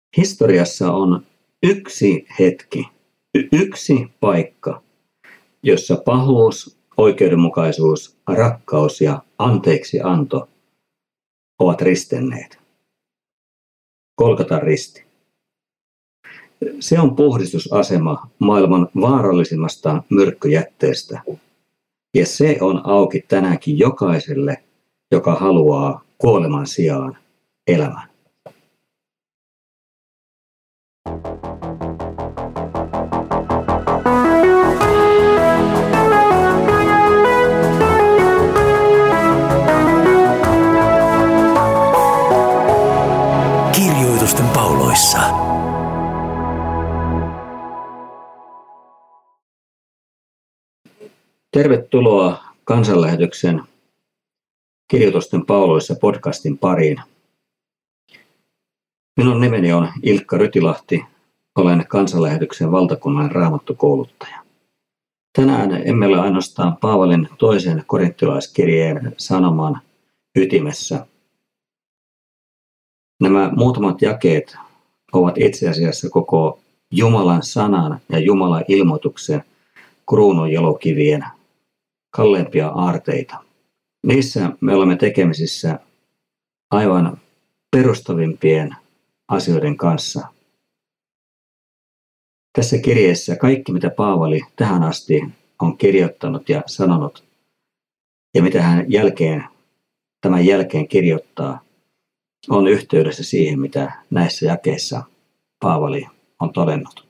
Historiassa on yksi hetki, yksi paikka, jossa pahuus, oikeudenmukaisuus, rakkaus ja anteeksianto ovat ristenneet. Golgatan risti. Se on puhdistusasema maailman vaarallisimmasta myrkkyjätteestä. Ja se on auki tänäänkin jokaiselle, joka haluaa kuoleman sijaan elämän. Kirjoitusten pauloissa. Tervetuloa Kansanlähetyksen Kirjoitusten pauloissa podcastin pariin. Minun nimeni on Ilkka Rytilahti. Olen Kansanlähetyksen valtakunnan raamattukouluttaja. Tänään emme ole ainoastaan Paavalin toisen korinttilaiskirjeen sanoman ytimessä. Nämä muutamat jakeet ovat itse asiassa koko Jumalan sanan ja Jumalan ilmoituksen kruununjalokivien kalleimpia aarteita. Niissä me olemme tekemisissä aivan perustavimpien asioiden kanssa. Tässä kirjeessä kaikki, mitä Paavali tähän asti on kirjoittanut ja sanonut, ja mitä hän tämän jälkeen kirjoittaa, on yhteydessä siihen, mitä näissä jakeissa Paavali on todennut.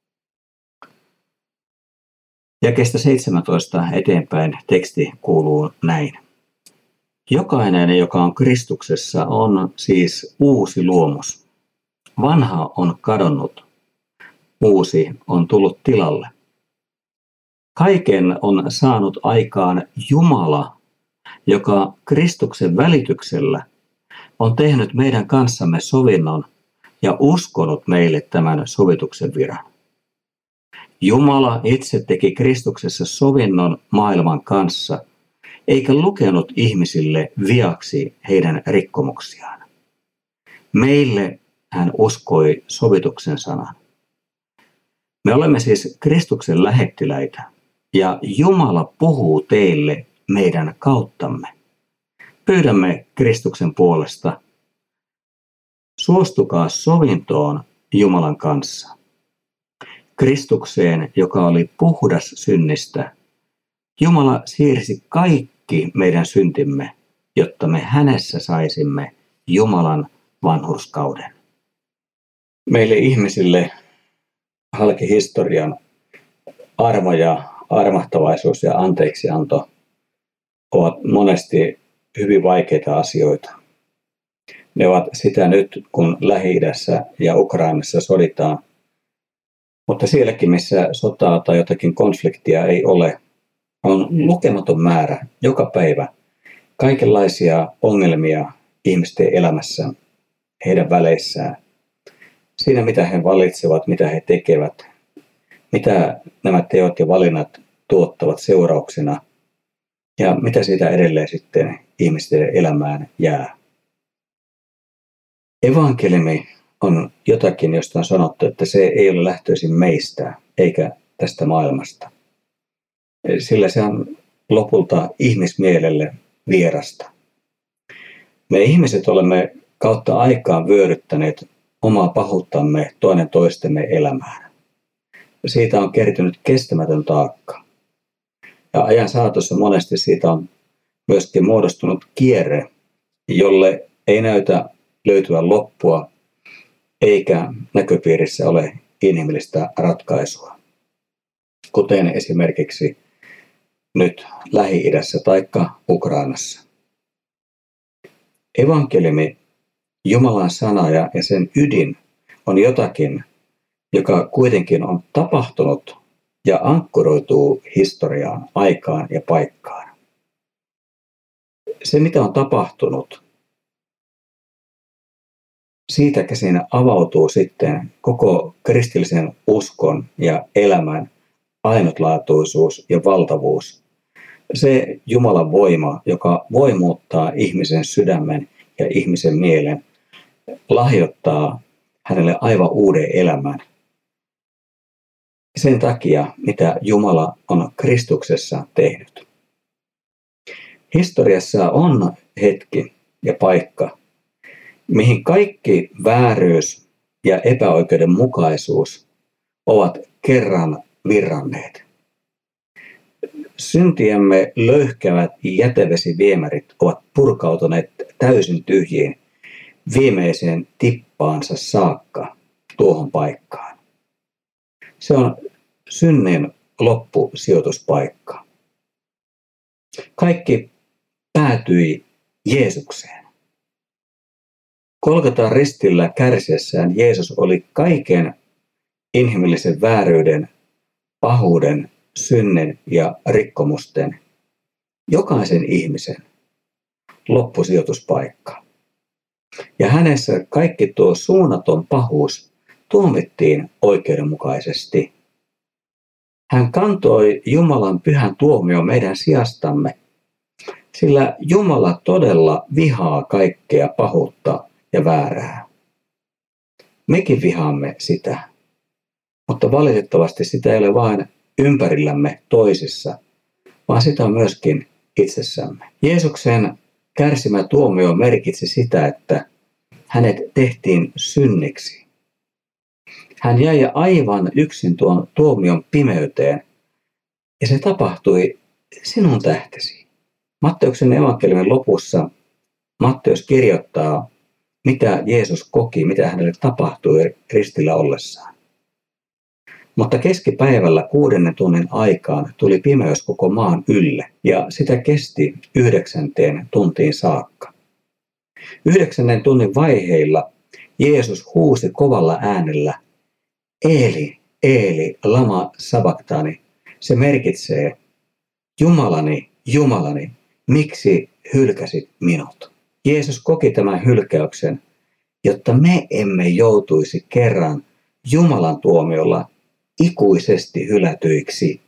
Jakeesta 17 eteenpäin teksti kuuluu näin. Jokainen, joka on Kristuksessa, on siis uusi luomus. Vanha on kadonnut, uusi on tullut tilalle. Kaiken on saanut aikaan Jumala, joka Kristuksen välityksellä on tehnyt meidän kanssamme sovinnon ja uskonut meille tämän sovituksen viran. Jumala itse teki Kristuksessa sovinnon maailman kanssa, eikä lukenut ihmisille viaksi heidän rikkomuksiaan. Meille hän uskoi sovituksen sanan. Me olemme siis Kristuksen lähettiläitä, ja Jumala puhuu teille meidän kauttamme. Pyydämme Kristuksen puolesta, suostukaa sovintoon Jumalan kanssa. Kristukseen, joka oli puhdas synnistä, Jumala siirsi kaikki meidän syntimme, jotta me hänessä saisimme Jumalan vanhurskauden. Meille ihmisille halki historian armo ja armahtavaisuus ja anteeksianto ovat monesti hyvin vaikeita asioita. Ne ovat sitä nyt, kun Lähi-idässä ja Ukrainassa soditaan. Mutta sielläkin, missä sotaa tai jotakin konfliktia ei ole, on lukematon määrä joka päivä kaikenlaisia ongelmia ihmisten elämässä, heidän väleissään. Siinä, mitä he valitsevat, mitä he tekevät, mitä nämä teot ja valinnat tuottavat seurauksena ja mitä siitä edelleen sitten ihmisten elämään jää. Evankeliumi on jotakin, josta on sanottu, että se ei ole lähtöisin meistä eikä tästä maailmasta. Sillä se on lopulta ihmismielelle vierasta. Me ihmiset olemme kautta aikaan vyöryttäneet omaa pahuuttamme toinen toistemme elämään. Siitä on kertynyt kestämätön taakka. Ja ajan saatossa monesti siitä on myöskin muodostunut kierre, jolle ei näytä löytyä loppua, eikä näköpiirissä ole inhimillistä ratkaisua. Kuten esimerkiksi nyt Lähi-idässä tai Ukrainassa. Evankeliumi, Jumalan sana ja sen ydin on jotakin, joka kuitenkin on tapahtunut ja ankkuroituu historiaan, aikaan ja paikkaan. Se, mitä on tapahtunut, siitä käsin avautuu sitten koko kristillisen uskon ja elämän ainutlaatuisuus ja valtavuus. Se Jumalan voima, joka voi muuttaa ihmisen sydämen ja ihmisen mielen, lahjoittaa hänelle aivan uuden elämän. Sen takia, mitä Jumala on Kristuksessa tehnyt. Historiassa on hetki ja paikka, mihin kaikki vääryys ja epäoikeudenmukaisuus ovat kerran virranneet. Syntiemme löyhkävät jätevesiviemärit ovat purkautuneet täysin tyhjiin viimeiseen tippaansa saakka tuohon paikkaan. Se on synnin loppusijoituspaikka. Kaikki päätyi Jeesukseen. Golgatan ristillä kärsiessään Jeesus oli kaiken inhimillisen vääryyden, pahuuden, synnin ja rikkomusten, jokaisen ihmisen loppusijoituspaikka. Ja hänessä kaikki tuo suunnaton pahuus tuomittiin oikeudenmukaisesti. Hän kantoi Jumalan pyhän tuomion meidän sijastamme, sillä Jumala todella vihaa kaikkea pahuutta ja väärää. Mekin vihaamme sitä, mutta valitettavasti sitä ei ole vain ympärillämme toisissa, vaan sitä on myöskin itsessämme. Jeesuksen kärsimä tuomio merkitsi sitä, että hänet tehtiin synniksi. Hän jäi aivan yksin tuon tuomion pimeyteen, ja se tapahtui sinun tähtesi. Matteuksen evankeliumin lopussa Matteus kirjoittaa, mitä Jeesus koki, mitä hänelle tapahtui ristillä ollessaan. Mutta keskipäivällä 6. tunnin aikaan tuli pimeys koko maan ylle, ja sitä kesti 9. tuntiin saakka. 9. tunnin vaiheilla Jeesus huusi kovalla äänellä, Eeli, Eeli, lama sabachthani. Se merkitsee, Jumalani, Jumalani, miksi hylkäsit minut? Jeesus koki tämän hylkäyksen, jotta me emme joutuisi kerran Jumalan tuomiolla ikuisesti hylätyiksi.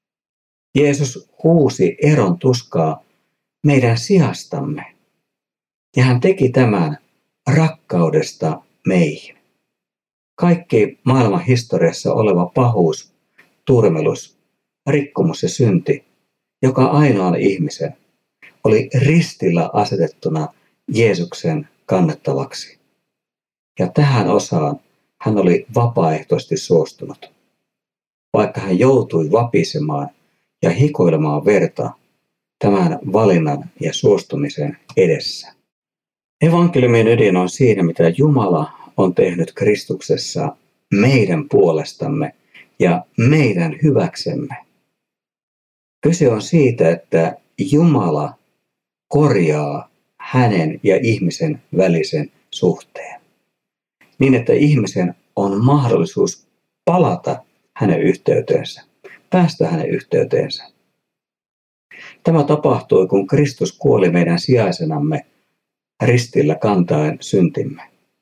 Jeesus huusi eron tuskaa meidän sijastamme, ja hän teki tämän rakkaudesta meihin. Kaikki maailman historiassa oleva pahuus, turmelus, rikkomus ja synti, joka ainoan ihmisen, oli ristillä asetettuna Jeesuksen kannettavaksi. Ja tähän osaan hän oli vapaaehtoisesti suostunut, vaikka hän joutui vapisemaan ja hikoilemaan verta tämän valinnan ja suostumisen edessä. Evankeliumin ydin on siinä, mitä Jumala on tehnyt Kristuksessa meidän puolestamme ja meidän hyväksemme. Kyse on siitä, että Jumala korjaa hänen ja ihmisen välisen suhteen, niin että ihmisen on mahdollisuus palata hänen yhteyteensä, päästä hänen yhteyteensä. Tämä tapahtui, kun Kristus kuoli meidän sijaisenamme ristillä kantaen syntimme.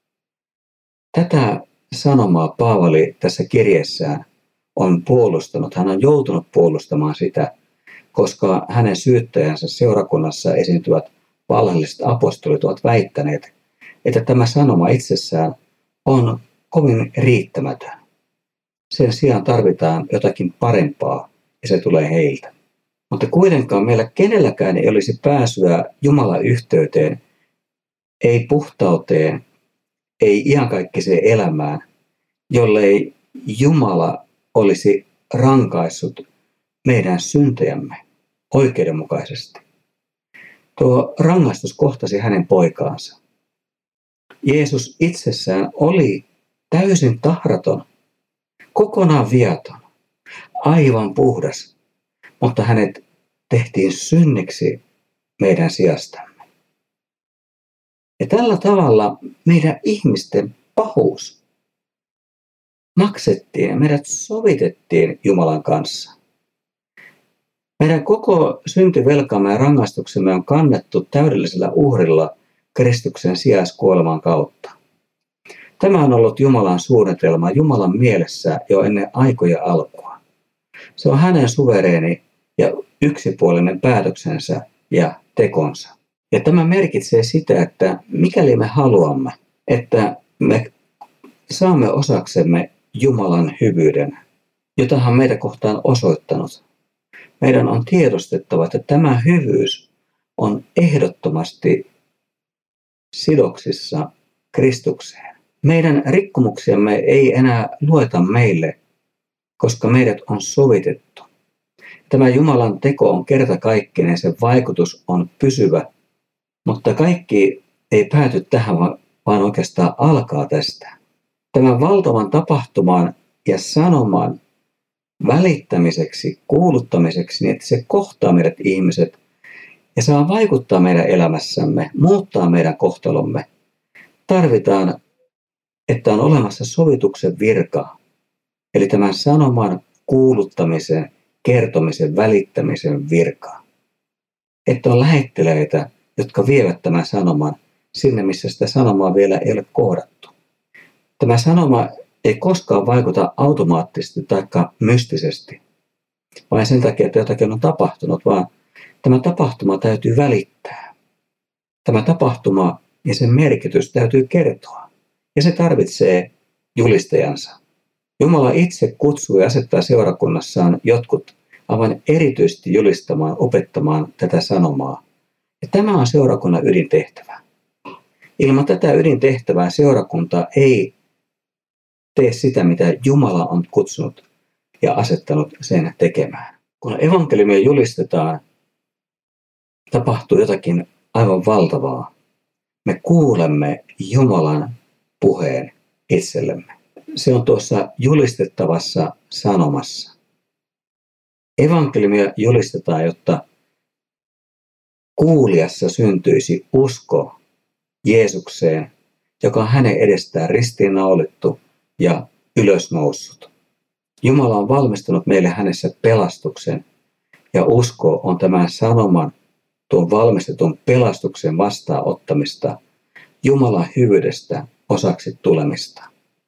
Tätä sanomaa Paavali tässä kirjeessään on puolustanut. Hän on joutunut puolustamaan sitä, koska hänen syyttäjänsä seurakunnassa esiintyvät valheelliset apostolit ovat väittäneet, että tämä sanoma itsessään on kovin riittämätön. Sen sijaan tarvitaan jotakin parempaa, ja se tulee heiltä. Mutta kuitenkaan meillä kenelläkään ei olisi pääsyä Jumalan yhteyteen, ei puhtauteen, ei iankaikkiseen elämään, jollei Jumala olisi rankaissut meidän syntejämme oikeudenmukaisesti. Tuo rangaistus kohtasi hänen poikaansa. Jeesus itsessään oli täysin tahraton, kokonaan viaton, aivan puhdas, mutta hänet tehtiin synniksi meidän sijastamme. Ja tällä tavalla meidän ihmisten pahuus maksettiin ja meidät sovitettiin Jumalan kanssa. Meidän koko syntivelkamme ja rangaistuksemme on kannettu täydellisellä uhrilla Kristuksen sijaiskuoleman kautta. Tämä on ollut Jumalan suunnitelma Jumalan mielessä jo ennen aikojen alkua. Se on hänen suvereeni ja yksipuolinen päätöksensä ja tekonsa. Ja tämä merkitsee sitä, että mikäli me haluamme, että me saamme osaksemme Jumalan hyvyyden, jota hän meitä kohtaan osoittanut. Meidän on tiedostettava, että tämä hyvyys on ehdottomasti sidoksissa Kristukseen. Meidän rikkomuksiamme ei enää lueta meille, koska meidät on sovitettu. Tämä Jumalan teko on kertakaikkinen, sen vaikutus on pysyvä, mutta kaikki ei pääty tähän, vaan oikeastaan alkaa tästä. Tämän valtavan tapahtuman ja sanoman välittämiseksi, kuuluttamiseksi, niin että se kohtaa meidät ihmiset ja saa vaikuttaa meidän elämässämme, muuttaa meidän kohtalomme. Tarvitaan, että on olemassa sovituksen virka, eli tämän sanoman kuuluttamisen, kertomisen, välittämisen virka. Että on lähettelijöitä, jotka vievät tämän sanoman sinne, missä sitä sanomaa vielä ei ole kohdattu. Tämä sanoma ei koskaan vaikuta automaattisesti tai mystisesti, vain sen takia, että jotakin on tapahtunut, vaan tämä tapahtuma täytyy välittää. Tämä tapahtuma ja sen merkitys täytyy kertoa, ja se tarvitsee julistajansa. Jumala itse kutsuu ja asettaa seurakunnassaan jotkut aivan erityisesti julistamaan, opettamaan tätä sanomaa. Ja tämä on seurakunnan ydintehtävä. Ilman tätä ydintehtävää seurakunta ei tee sitä, mitä Jumala on kutsunut ja asettanut sen tekemään. Kun evankeliumia julistetaan, tapahtuu jotakin aivan valtavaa. Me kuulemme Jumalan puheen itsellemme. Se on tuossa julistettavassa sanomassa. Evankeliumia julistetaan, jotta kuulijassa syntyisi usko Jeesukseen, joka on hänen edestään ristiinnaulittu ja ylösnoussut. Jumala on valmistanut meille hänessä pelastuksen, ja usko on tämän sanoman, tuon valmistetun pelastuksen vastaanottamista, Jumalan hyvyydestä osaksi tulemista.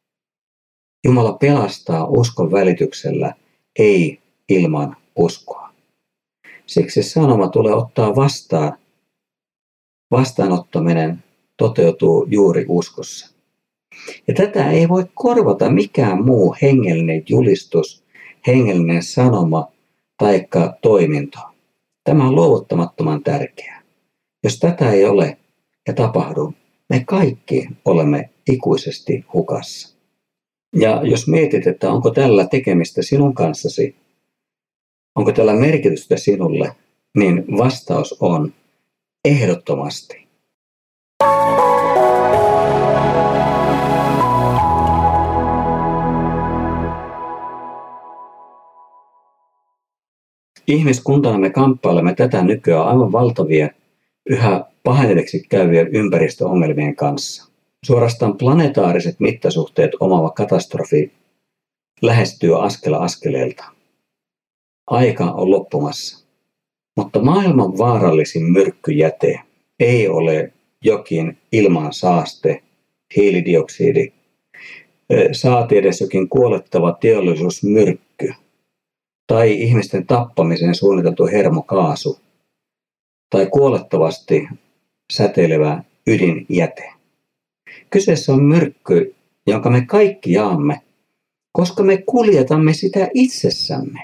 Jumala pelastaa uskon välityksellä, ei ilman uskoa. Siksi sanoma tulee ottaa vastaan. Vastaanottaminen toteutuu juuri uskossa. Ja tätä ei voi korvata mikään muu hengellinen julistus, hengellinen sanoma tai toiminto. Tämä on luovuttamattoman tärkeää. Jos tätä ei ole ja tapahdu, me kaikki olemme ikuisesti hukassa. Ja jos mietit, että onko tällä tekemistä sinun kanssasi, onko tällä merkitystä sinulle, niin vastaus on ehdottomasti. Ihmiskuntana me kamppailemme tätä nykyään aivan valtavien, yhä paheneveksi käyvien ympäristöongelmien kanssa. Suorastaan planetaariset mittasuhteet omaava katastrofi lähestyy askel askeleelta. Aika on loppumassa. Mutta maailman vaarallisin myrkkyjäte ei ole jokin ilmansaaste, hiilidioksidi, saati edes jokin kuolettava teollisuusmyrkky tai ihmisten tappamiseen suunniteltu hermokaasu tai kuolettavasti säteilevä ydinjäte. Kyseessä on myrkky, jonka me kaikki jaamme, koska me kuljetamme sitä itsessämme.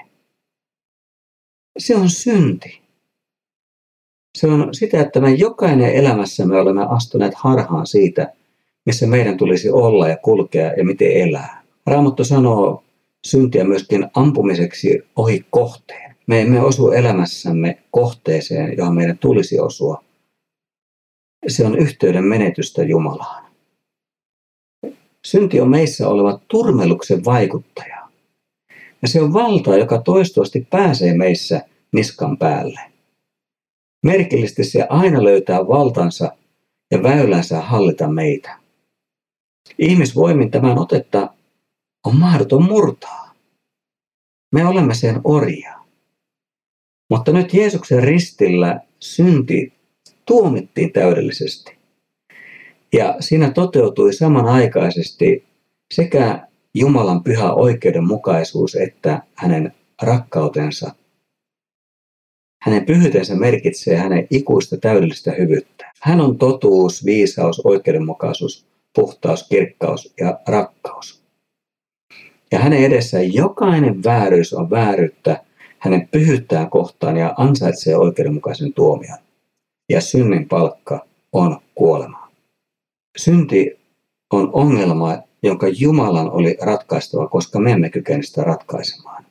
Se on synti. Se on sitä, että me jokainen elämässämme olemme astuneet harhaan siitä, missä meidän tulisi olla ja kulkea ja miten elää. Raamattu sanoo syntiä myöskin ampumiseksi ohi kohteen. Me emme osu elämässämme kohteeseen, johon meidän tulisi osua. Se on yhteyden menetystä Jumalaan. Synti on meissä oleva turmeluksen vaikuttaja. Ja se on valta, joka toistuvasti pääsee meissä niskan päälle. Merkillisesti se aina löytää valtansa ja väylänsä hallita meitä. Ihmisvoimin tämän otetta on mahdoton murtaa. Me olemme sen orja. Mutta nyt Jeesuksen ristillä synti tuomittiin täydellisesti. Ja siinä toteutui samanaikaisesti sekä Jumalan pyhä oikeudenmukaisuus että hänen rakkautensa. Hänen pyhyytensä merkitsee hänen ikuista täydellistä hyvyyttä. Hän on totuus, viisaus, oikeudenmukaisuus, puhtaus, kirkkaus ja rakkaus. Ja hänen edessään jokainen vääryys on vääryyttä hänen pyhyyttään kohtaan ja ansaitsee oikeudenmukaisen tuomion. Ja synnin palkka on kuolema. Synti on ongelma, jonka Jumalan oli ratkaistava, koska me emme kykene sitä ratkaisemaan.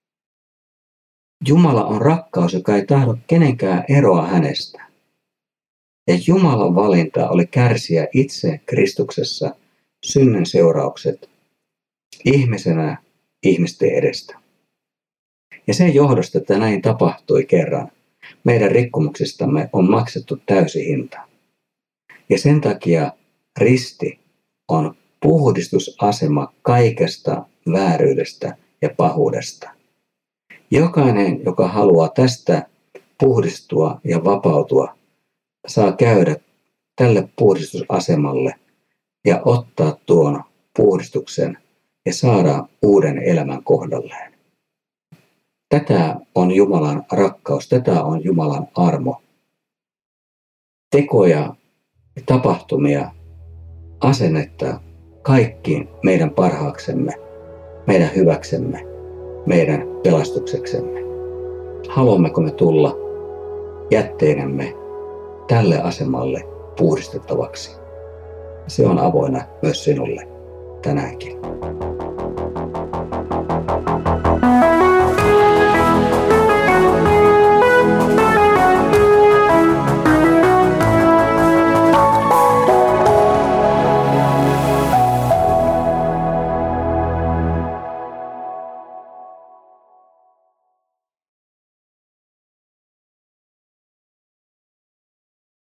Jumala on rakkaus, joka ei tahdo kenenkään eroa hänestä. Ja Jumalan valinta oli kärsiä itse Kristuksessa synnin seuraukset ihmisenä ihmisten edestä. Ja sen johdosta, että näin tapahtui kerran, meidän rikkomuksistamme on maksettu täysi hinta. Ja sen takia risti on puhdistusasema kaikesta vääryydestä ja pahuudesta. Jokainen, joka haluaa tästä puhdistua ja vapautua, saa käydä tälle puhdistusasemalle ja ottaa tuon puhdistuksen ja saada uuden elämän kohdalleen. Tätä on Jumalan rakkaus, tätä on Jumalan armo. Tekoja, tapahtumia, asennetta kaikkiin meidän parhaaksemme, meidän hyväksemme, meidän pelastukseksemme. Haluammeko me tulla jätteinämme tälle asemalle puhdistettavaksi? Se on avoinna myös sinulle tänäänkin.